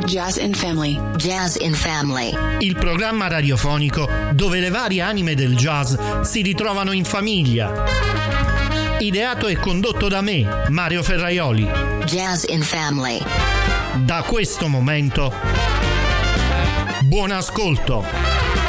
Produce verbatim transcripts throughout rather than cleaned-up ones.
Jazz in Family. Jazz in Family. Il programma radiofonico dove le varie anime del jazz si ritrovano in famiglia. Ideato e condotto da me, Mario Ferraioli. Jazz in Family. Da questo momento, buon ascolto.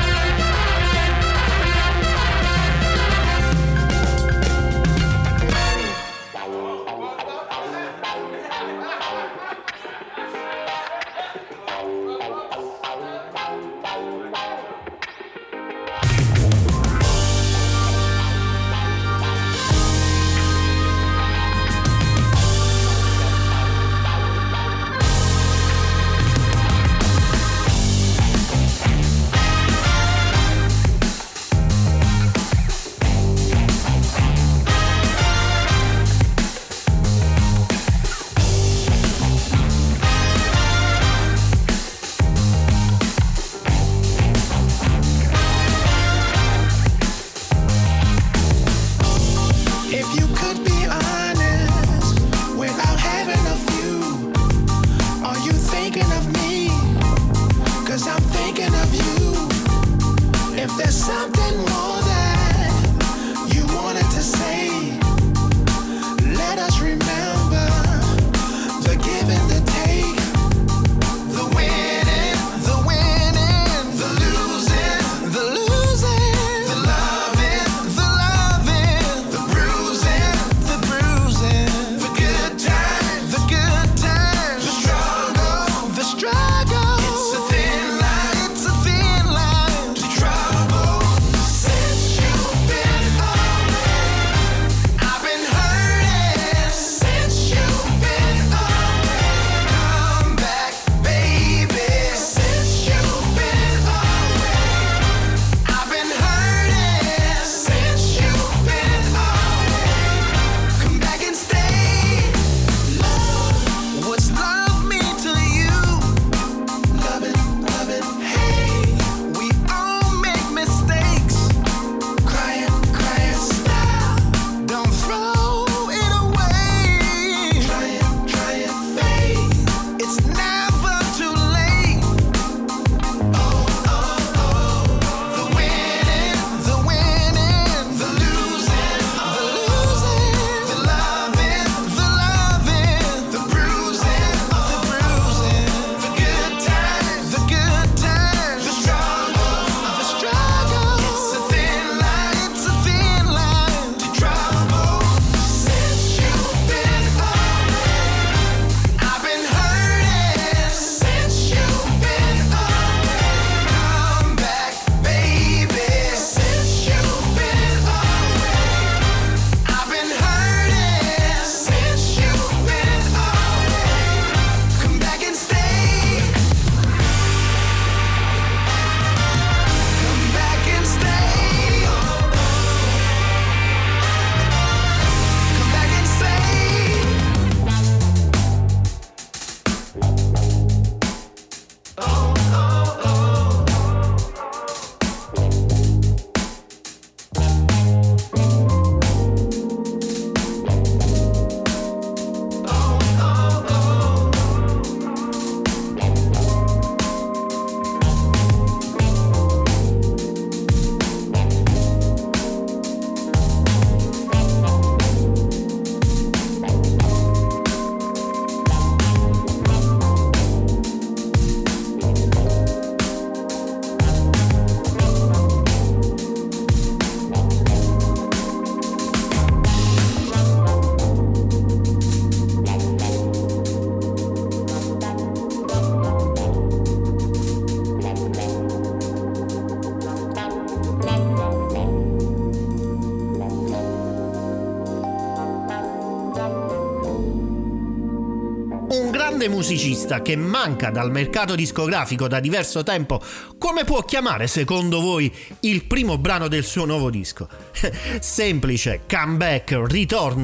Musicista che manca dal mercato discografico da diverso tempo, come può chiamare secondo voi il primo brano del suo nuovo disco? Semplice, comeback, ritorno,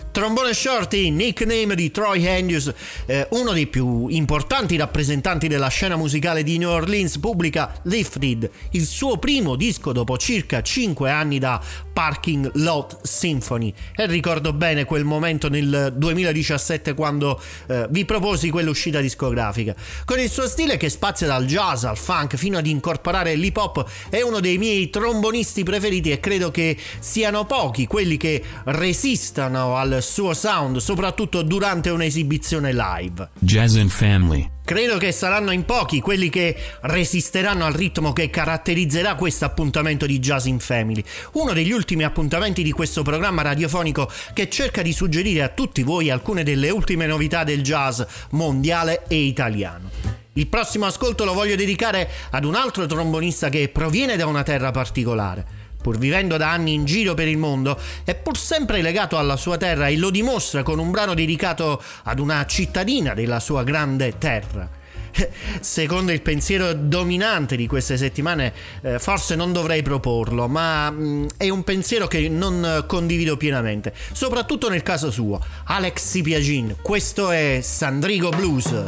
Trombone Shorty, nickname di Troy Andrews, eh, uno dei più importanti rappresentanti della scena musicale di New Orleans, pubblica Lifted, il suo primo disco dopo circa cinque anni da Parking Lot Symphony, e ricordo bene quel momento nel duemiladiciassette quando eh, vi proposi quell'uscita discografica. Con il suo stile che spazia dal jazz al funk fino ad incorporare l'hip hop, è uno dei miei trombonisti preferiti e credo che siano pochi quelli che resistano al suo sound, soprattutto durante un'esibizione live. Jazz in Family. Credo che saranno in pochi quelli che resisteranno al ritmo che caratterizzerà questo appuntamento di Jazz in Family, uno degli ultimi appuntamenti di questo programma radiofonico che cerca di suggerire a tutti voi alcune delle ultime novità del jazz mondiale e italiano. Il prossimo ascolto lo voglio dedicare ad un altro trombonista che proviene da una terra particolare. Pur vivendo da anni in giro per il mondo, è pur sempre legato alla sua terra e lo dimostra con un brano dedicato ad una cittadina della sua grande terra. Secondo il pensiero dominante di queste settimane, eh, forse non dovrei proporlo, ma mh, è un pensiero che non condivido pienamente, soprattutto nel caso suo. Alex Sipiagin, questo è Sandrigo Blues.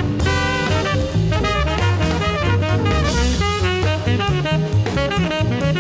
Thank you.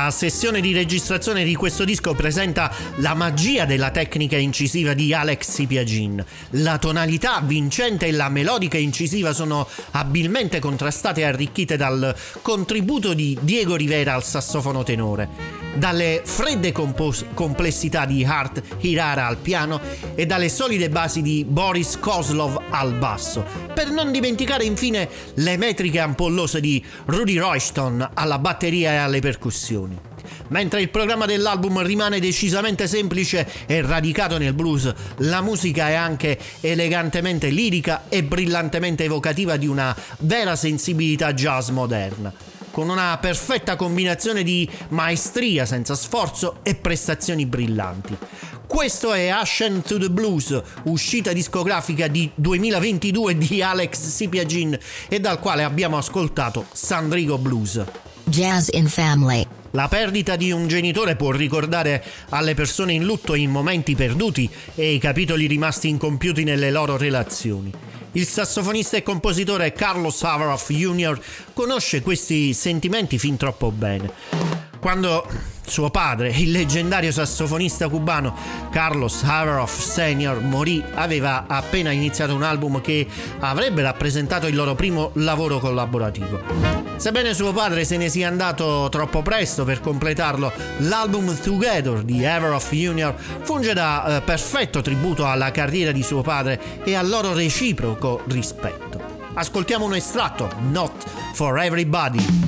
La sessione di registrazione di questo disco presenta la magia della tecnica incisiva di Alex Tsipiagin. La tonalità vincente e la melodica incisiva sono abilmente contrastate e arricchite dal contributo di Diego Rivera al sassofono tenore, dalle fredde compos- complessità di Art Hirara al piano e dalle solide basi di Boris Kozlov al basso, per non dimenticare infine le metriche ampollose di Rudy Royston alla batteria e alle percussioni. Mentre il programma dell'album rimane decisamente semplice e radicato nel blues, la musica è anche elegantemente lirica e brillantemente evocativa di una vera sensibilità jazz moderna, con una perfetta combinazione di maestria senza sforzo e prestazioni brillanti. Questo è Ashen to the Blues, uscita discografica di duemilaventidue di Alex Tsipiagin, e dal quale abbiamo ascoltato Sandrigo Blues. Jazz in Family. La perdita di un genitore può ricordare alle persone in lutto i momenti perduti e i capitoli rimasti incompiuti nelle loro relazioni. Il sassofonista e compositore Carlos Havaroff junior conosce questi sentimenti fin troppo bene. Quando suo padre, il leggendario sassofonista cubano Carlos Havaroff senior, morì, aveva appena iniziato un album che avrebbe rappresentato il loro primo lavoro collaborativo. Sebbene suo padre se ne sia andato troppo presto per completarlo, l'album Together di Havaroff junior funge da eh, perfetto tributo alla carriera di suo padre e al loro reciproco rispetto. Ascoltiamo un estratto, Not for Everybody.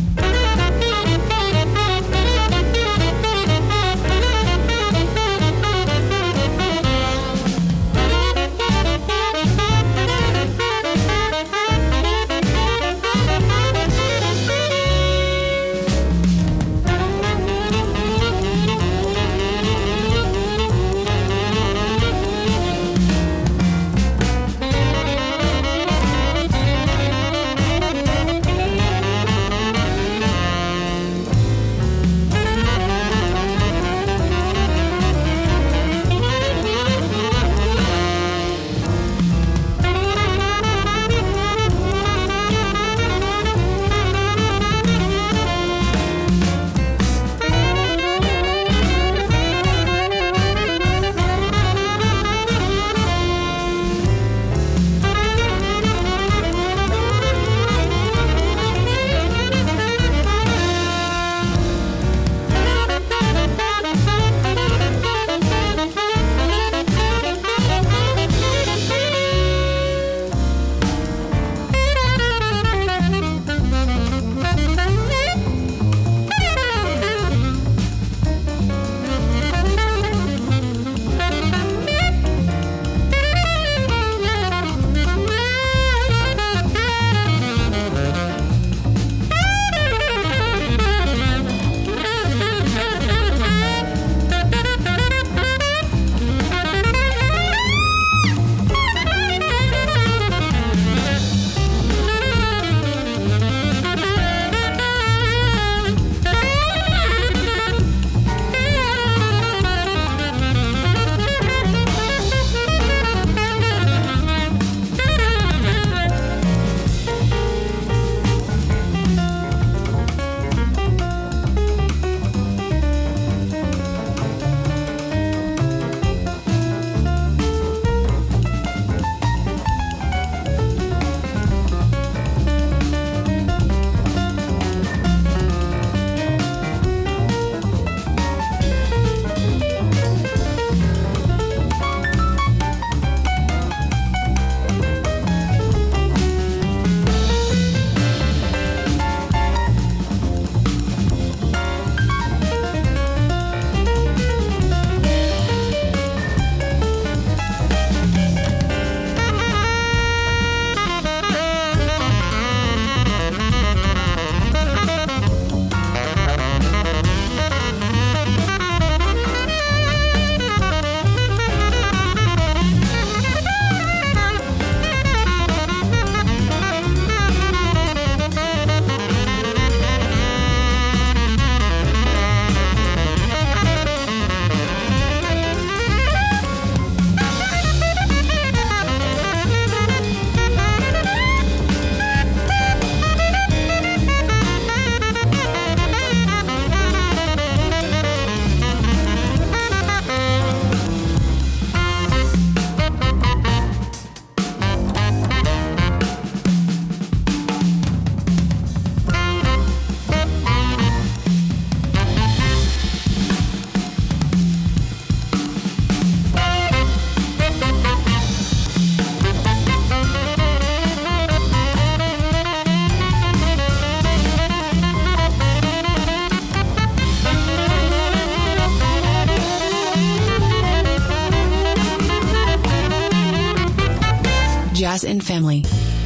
Jazz in Family.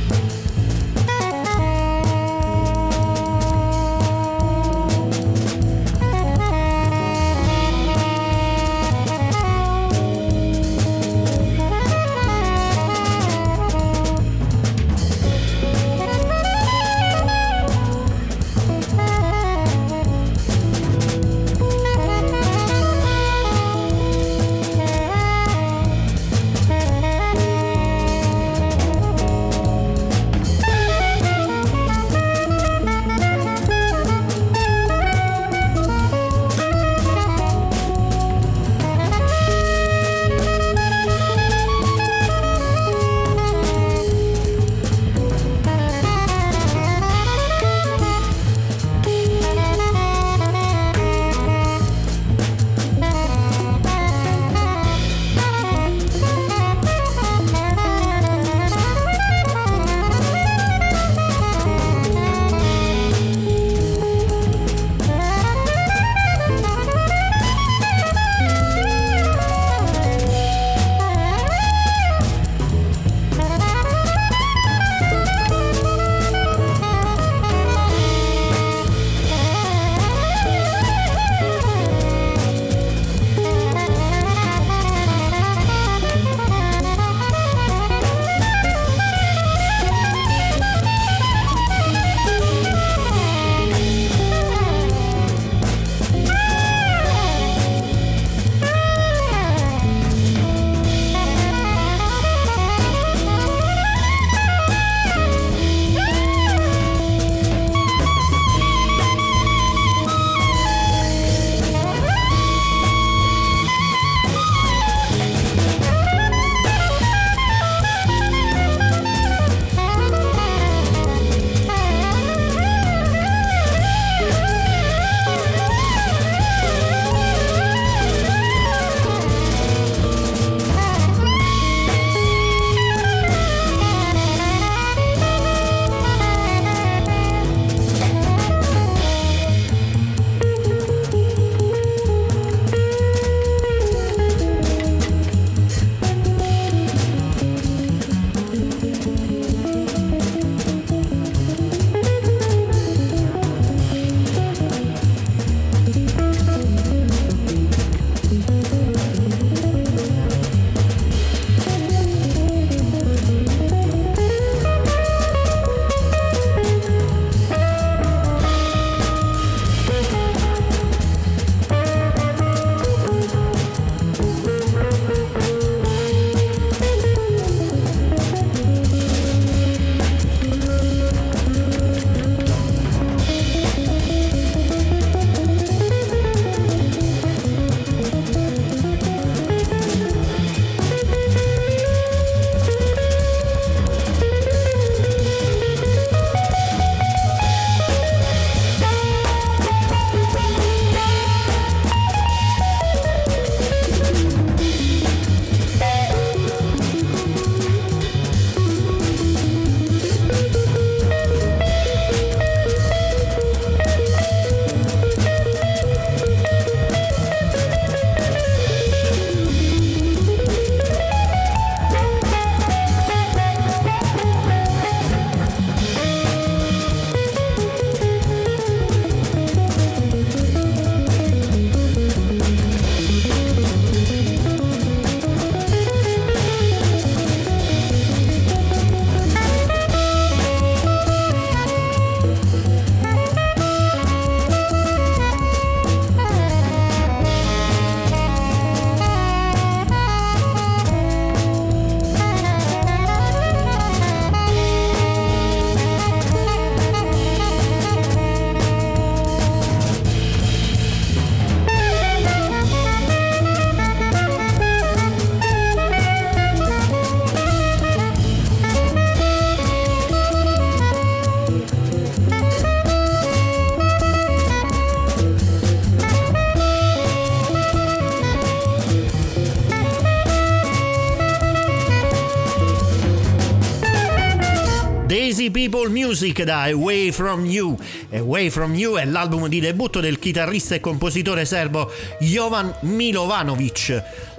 Daisy People Music da Away From You. Away From You è l'album di debutto del chitarrista e compositore serbo Jovan Milovanovic.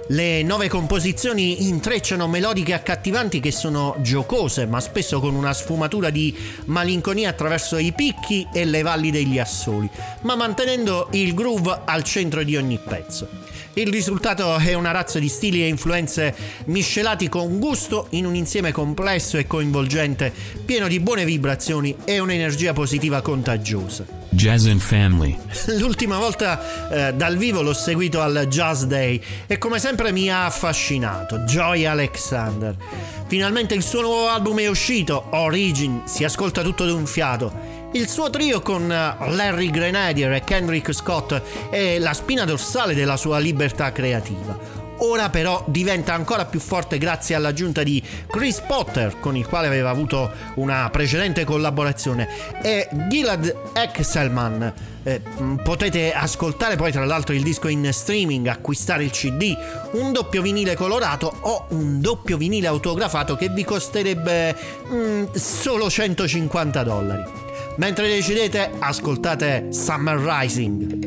Le nuove composizioni intrecciano melodiche accattivanti che sono giocose, ma spesso con una sfumatura di malinconia attraverso i picchi e le valli degli assoli, ma mantenendo il groove al centro di ogni pezzo. Il risultato è una razza di stili e influenze miscelati con gusto in un insieme complesso e coinvolgente, pieno di buone vibrazioni e un'energia positiva contagiosa. Jazz in Family. L'ultima volta eh, dal vivo l'ho seguito al Jazz Day e come sempre mi ha affascinato. Joy Alexander. Finalmente il suo nuovo album è uscito, Origin, si ascolta tutto d'un fiato. Il suo trio con Larry Grenadier e Kendrick Scott è la spina dorsale della sua libertà creativa. Ora però diventa ancora più forte grazie all'aggiunta di Chris Potter, con il quale aveva avuto una precedente collaborazione, e Gilad Excelman. Eh, potete ascoltare poi tra l'altro il disco in streaming, acquistare il C D, un doppio vinile colorato o un doppio vinile autografato che vi costerebbe mm, solo centocinquanta dollari. Mentre decidete, ascoltate Summer Rising.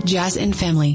Jazz in Family.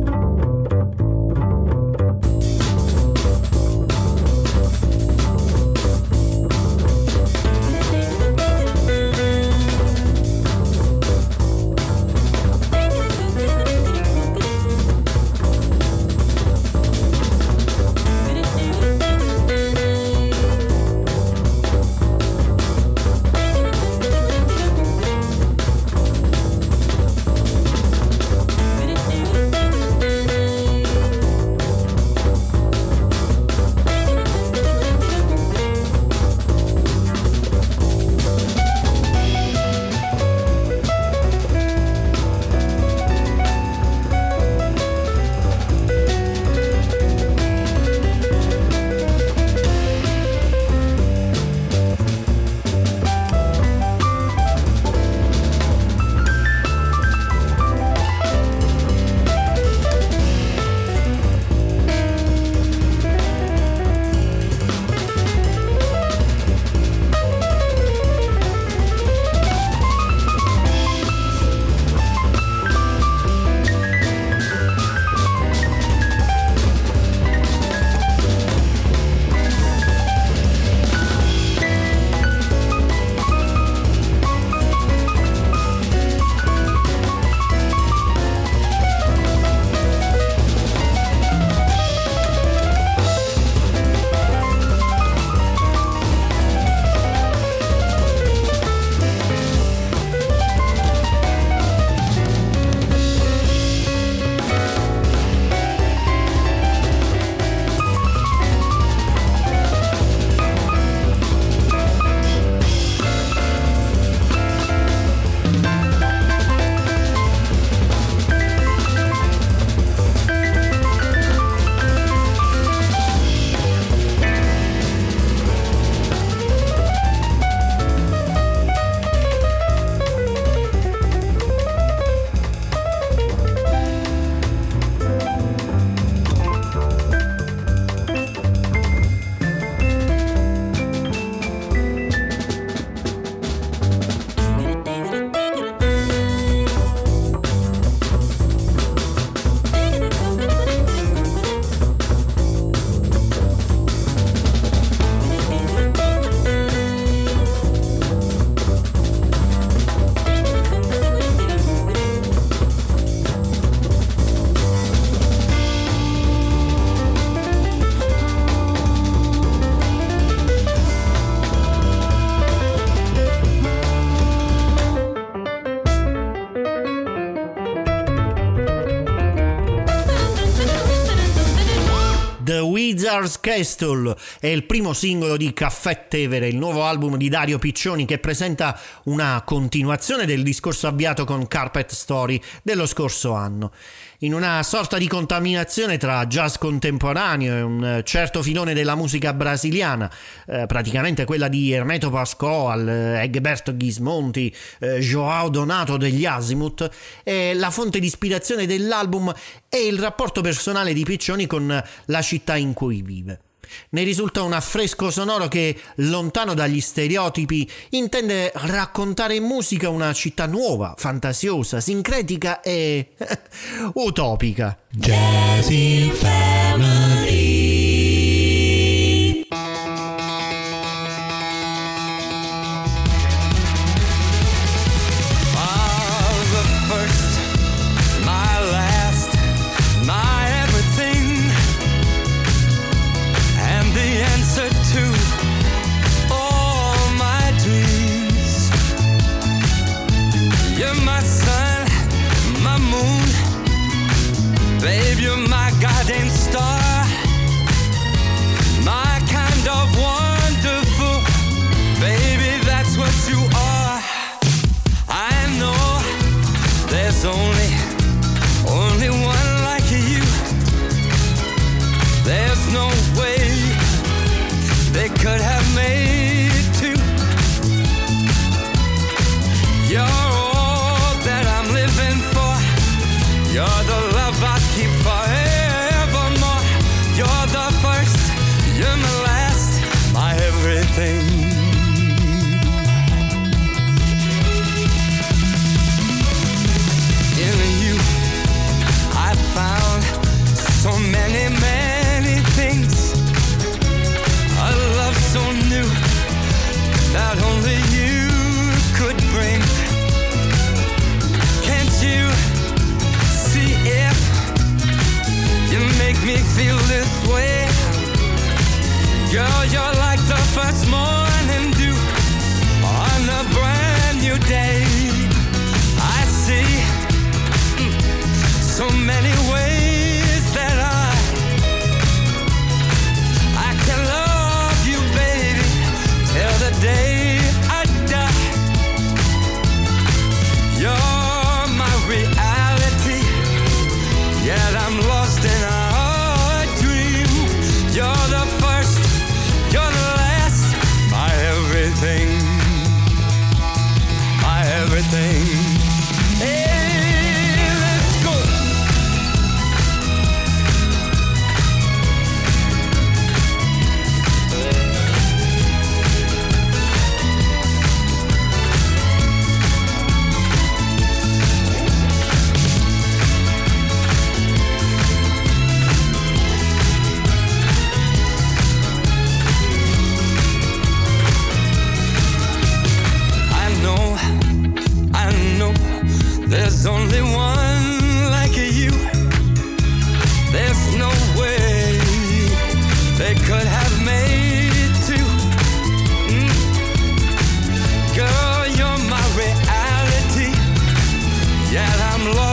Wizard's Castle è il primo singolo di Caffè Tevere, il nuovo album di Dario Piccioni che presenta una continuazione del discorso avviato con Carpet Story dello scorso anno. In una sorta di contaminazione tra jazz contemporaneo e un certo filone della musica brasiliana, eh, praticamente quella di Hermeto Pascoal, Egberto Gismonti, eh, João Donato degli Azimuth, e la fonte di ispirazione dell'album è il rapporto personale di Piccioni con la città in cui vive. Ne risulta un affresco sonoro che, lontano dagli stereotipi, intende raccontare in musica una città nuova, fantasiosa, sincretica e utopica. Jazz in Family. Babe, you're my goddamn star.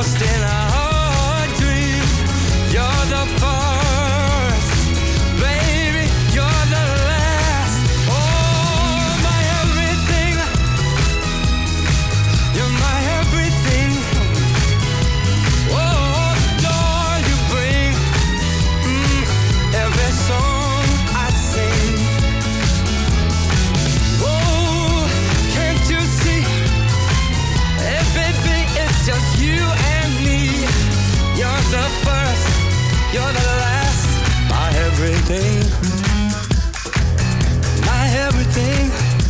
lost in a dream. You're the first, baby, you're the last. Oh, my everything, you're my everything. Oh, the joy you bring, mm, every song I sing. Oh, can't you see? Hey, baby, it's just you and me. You're the first, you're the last. My everything, my everything.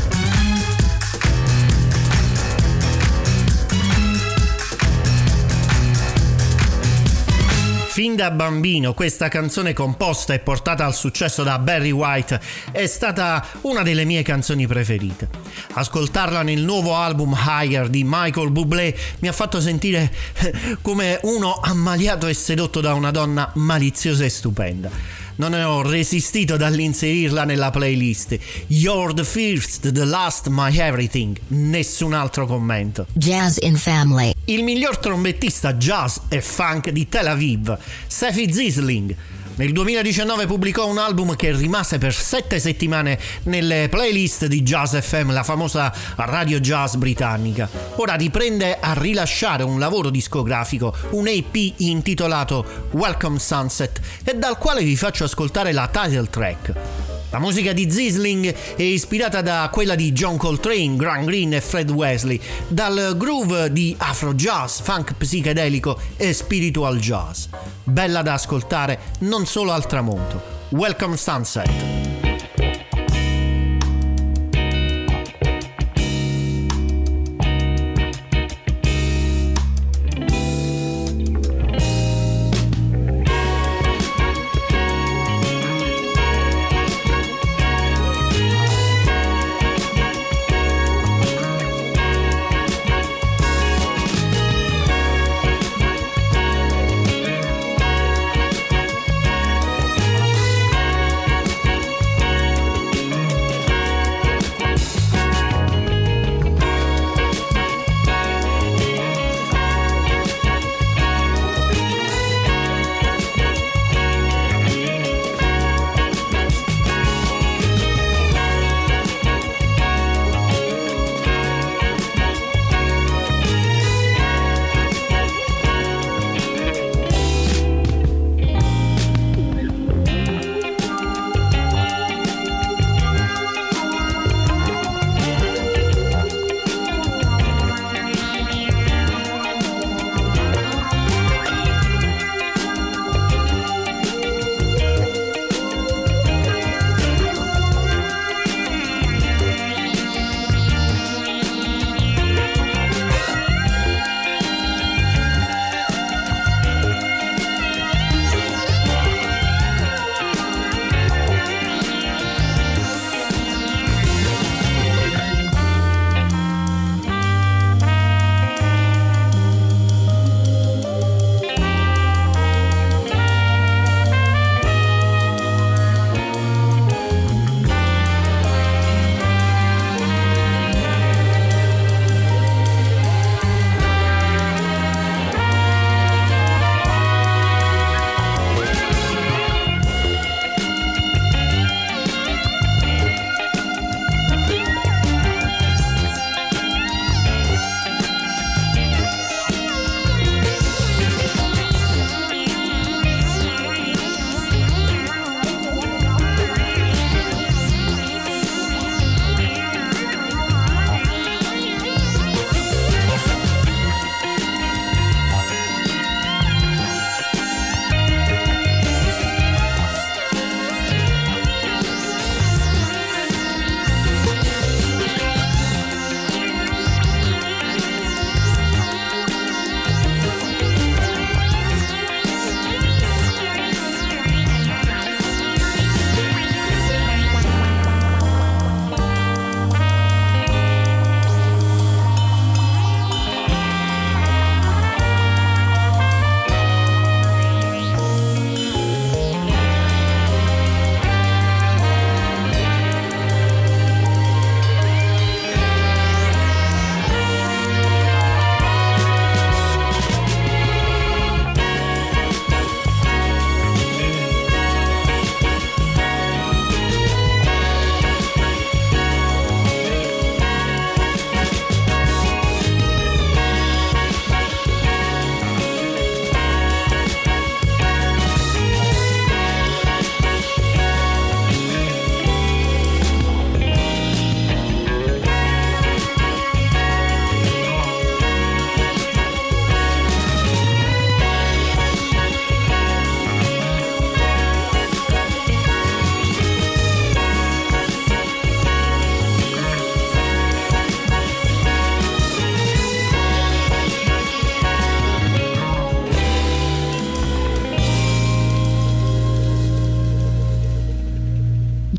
Fin da bambino questa canzone, composta e portata al successo da Barry White, è stata una delle mie canzoni preferite. Ascoltarla nel nuovo album Higher di Michael Bublé mi ha fatto sentire come uno ammaliato e sedotto da una donna maliziosa e stupenda. Non ho resistito dall'inserirla nella playlist. You're the first, the last, my everything. Nessun altro commento. Jazz in Family. Il miglior trombettista jazz e funk di Tel Aviv, Sefi Zisling, nel duemiladiciannove pubblicò un album che rimase per sette settimane nelle playlist di Jazz F M, la famosa radio jazz britannica. Ora riprende a rilasciare un lavoro discografico, un E P intitolato Welcome Sunset, e dal quale vi faccio ascoltare la title track. La musica di Zisling è ispirata da quella di John Coltrane, Graham Greene e Fred Wesley, dal groove di Afro jazz, funk psichedelico e spiritual jazz. Bella da ascoltare non solo al tramonto. Welcome Sunset.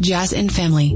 Jazz in Family.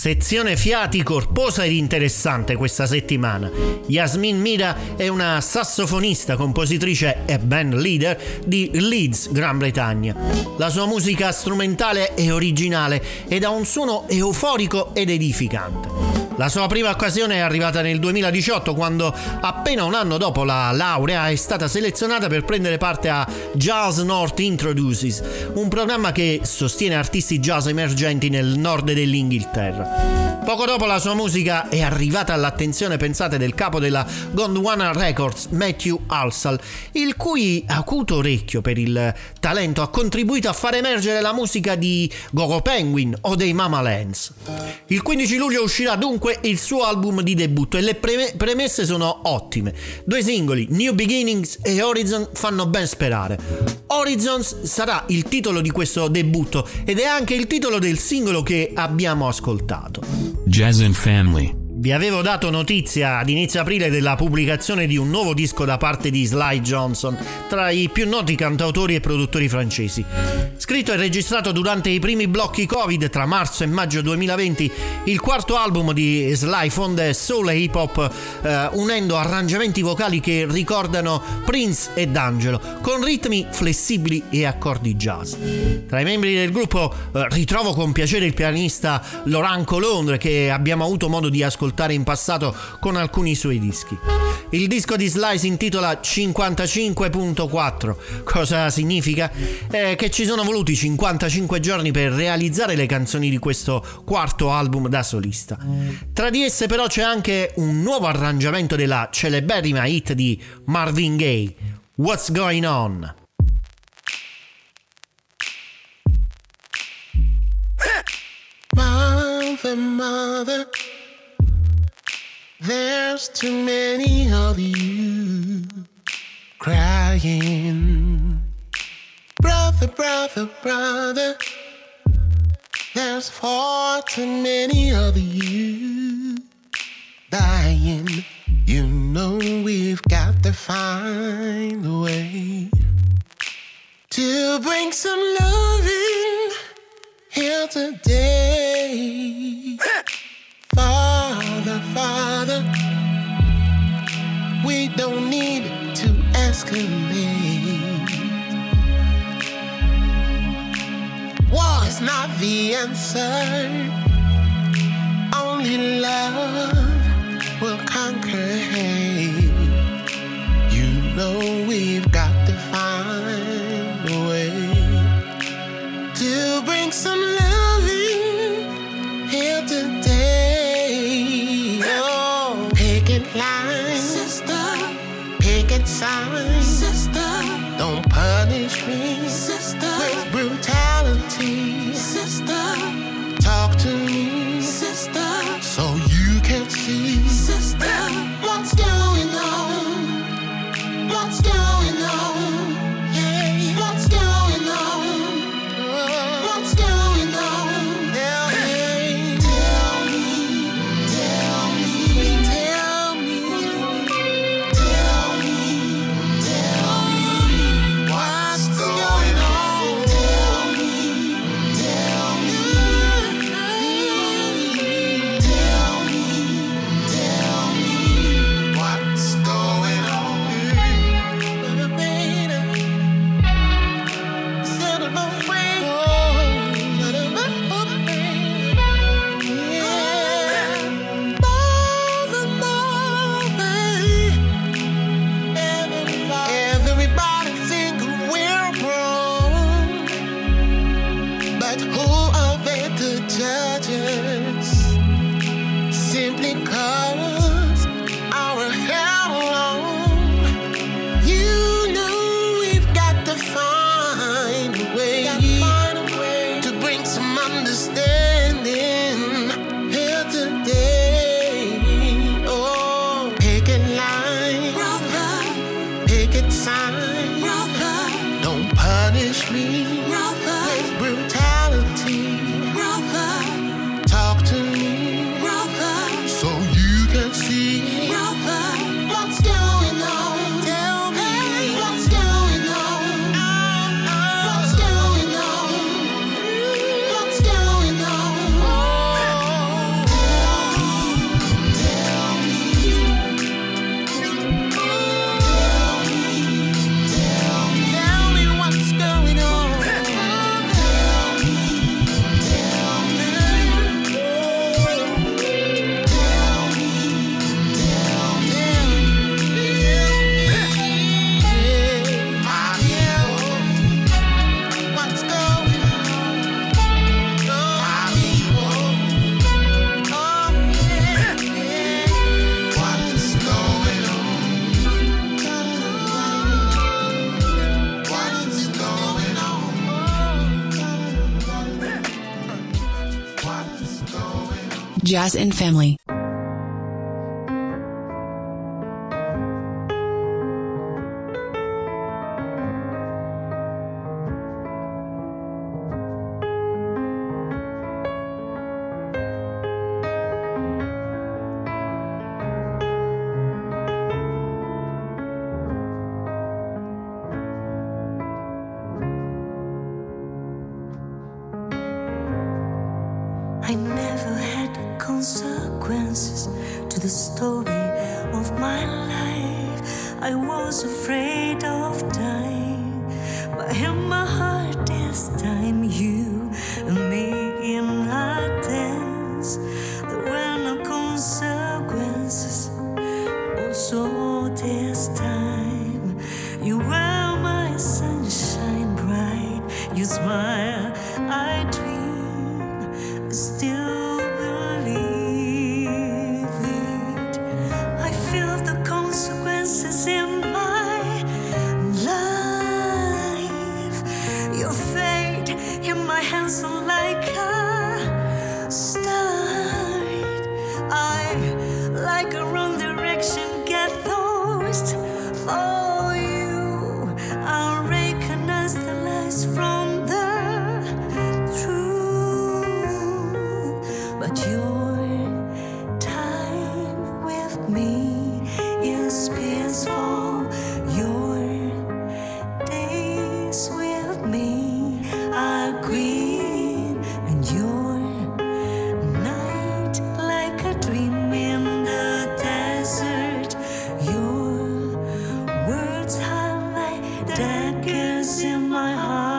Sezione fiati corposa ed interessante questa settimana. Yasmin Mira è una sassofonista, compositrice e band leader di Leeds, Gran Bretagna. La sua musica strumentale è originale ed ha un suono euforico ed edificante. La sua prima occasione è arrivata nel duemiladiciotto, quando appena un anno dopo la laurea è stata selezionata per prendere parte a Jazz North Introduces, un programma che sostiene artisti jazz emergenti nel nord dell'Inghilterra. Poco dopo la sua musica è arrivata all'attenzione, pensate, del capo della Gondwana Records, Matthew Halsall, il cui acuto orecchio per il talento ha contribuito a far emergere la musica di Gogo Penguin o dei Mama Lance. Il quindici luglio uscirà dunque il suo album di debutto e le preme- premesse sono ottime. Due singoli, New Beginnings e Horizon, fanno ben sperare. Horizons sarà il titolo di questo debutto ed è anche il titolo del singolo che abbiamo ascoltato. Jazz in Family. Vi avevo dato notizia ad inizio aprile della pubblicazione di un nuovo disco da parte di Sly Johnson, tra i più noti cantautori e produttori francesi. Scritto e registrato durante i primi blocchi Covid tra marzo e maggio duemilaventi, il quarto album di Sly fonde soul e hip hop, eh, unendo arrangiamenti vocali che ricordano Prince e D'Angelo, con ritmi flessibili e accordi jazz. Tra i membri del gruppo eh, ritrovo con piacere il pianista Laurent Colondre, che abbiamo avuto modo di ascoltare in passato con alcuni suoi dischi. Il disco di Sly si intitola cinquantacinque punto quattro. Cosa significa? Eh, che ci sono voluti cinquantacinque giorni per realizzare le canzoni di questo quarto album da solista. Tra di esse però c'è anche un nuovo arrangiamento della celeberrima hit di Marvin Gaye, What's Going On? Mother, mother, there's too many of you crying. Brother, brother, brother, there's far too many of you dying. You know we've got to find a way to bring some loving here today. Father, Father, we don't need to escalate. War is not the answer. Only love will conquer hate. You know we've got to find a way to bring some loving here today. Oh, picket lines, sister. Picket signs, sister. Don't punish me, sister, with brutality, sister. Talk to me, sister, so you can see, sister, what's going on. What's going on? Yeah, what's going on? What's going on? Tell me, tell me, tell me, tell me, tell me, tell me, what's going on? Tell Jazz in Family. I never had consequences to the story of my life. I was afraid of dying, but in my heart this time you and me in a dance. There were no consequences, also this time you were my sunshine bright. You smile, I dream. Still believe it. I feel the consequences in my life. Your fate in my hands are like a start. I, like a wrong direction, get lost for you. I recognize the lies from the but your time with me is peaceful. Your days with me are green, and your night like a dream in the desert. Your words highlight daggers in my heart.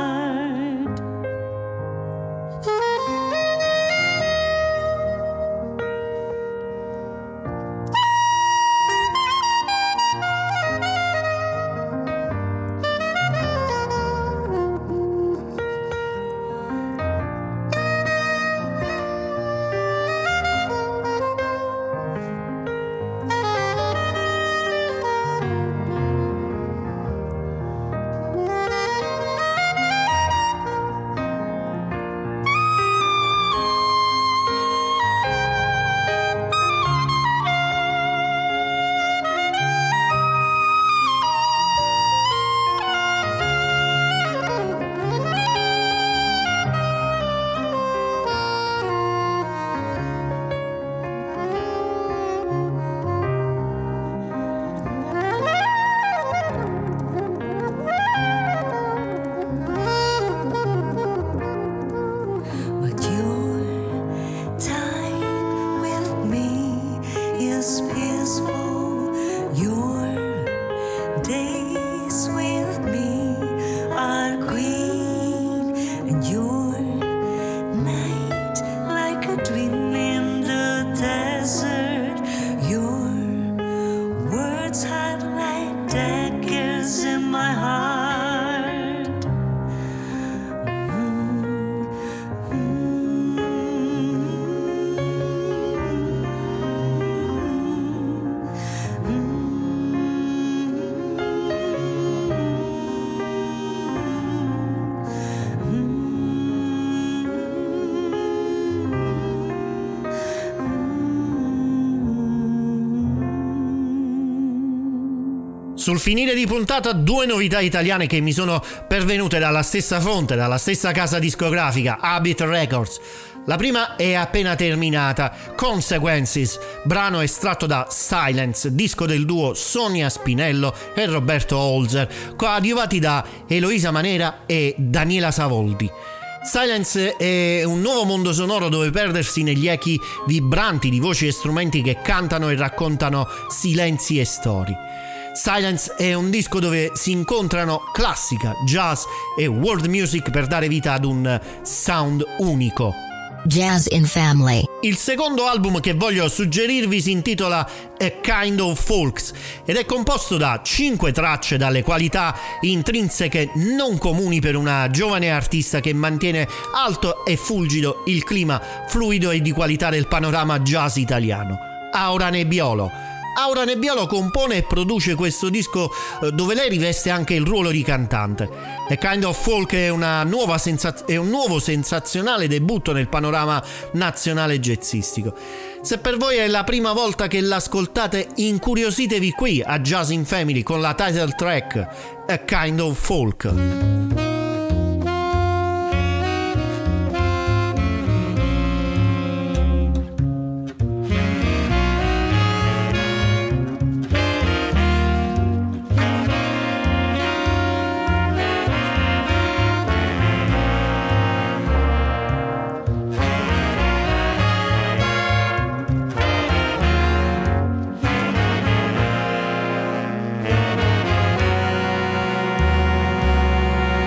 Sul finire di puntata due novità italiane che mi sono pervenute dalla stessa fonte, dalla stessa casa discografica, Habit Records. La prima è appena terminata, Consequences, brano estratto da Silence, disco del duo Sonia Spinello e Roberto Holzer, coadiuvati da Eloisa Manera e Daniela Savoldi. Silence è un nuovo mondo sonoro dove perdersi negli echi vibranti di voci e strumenti che cantano e raccontano silenzi e storie. Silence è un disco dove si incontrano classica, jazz e world music per dare vita ad un sound unico. Jazz in Family. Il secondo album che voglio suggerirvi si intitola A Kind of Folks ed è composto da cinque tracce dalle qualità intrinseche non comuni per una giovane artista che mantiene alto e fulgido il clima fluido e di qualità del panorama jazz italiano. Aura Nebbiolo. Laura Nebbiolo compone e produce questo disco eh, dove lei riveste anche il ruolo di cantante. A Kind of Folk è, una nuova sensaz- è un nuovo sensazionale debutto nel panorama nazionale jazzistico. Se per voi è la prima volta che l'ascoltate, incuriositevi qui a Jazz in Family con la title track A Kind of Folk. Thank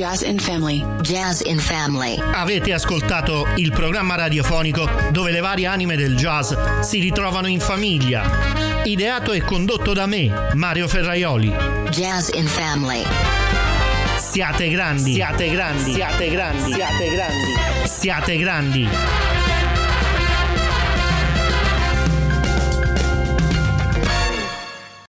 Jazz in Family. Jazz in Family. Avete ascoltato il programma radiofonico dove le varie anime del jazz si ritrovano in famiglia. Ideato e condotto da me, Mario Ferraioli. Jazz in Family. Siate grandi, siate grandi, siate grandi, siate grandi, siate grandi.